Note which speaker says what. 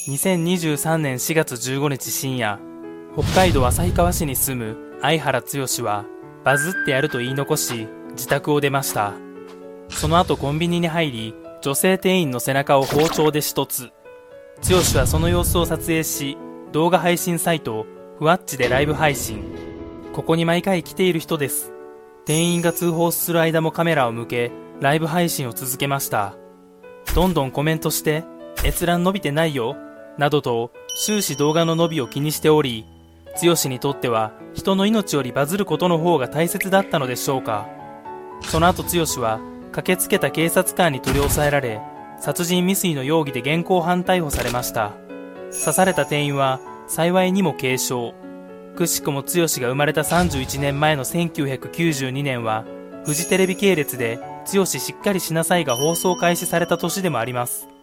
Speaker 1: 2023年4月15日深夜、北海道旭川市に住む相原剛はバズってやると言い残し自宅を出ました。その後コンビニに入り、女性店員の背中を包丁で刺突。剛はその様子を撮影し、動画配信サイトふわっちでライブ配信。ここに毎回来ている人です。店員が通報する間もカメラを向けライブ配信を続けました。どんどんコメントして、閲覧伸びてないよなどと終始動画の伸びを気にしており、剛にとっては人の命よりバズることの方が大切だったのでしょうか。その後剛は駆けつけた警察官に取り押さえられ、殺人未遂の容疑で現行犯逮捕されました。刺された店員は幸いにも軽傷。くしくも剛が生まれた31年前の1992年はフジテレビ系列で剛しっかりしなさいが放送開始された年でもあります。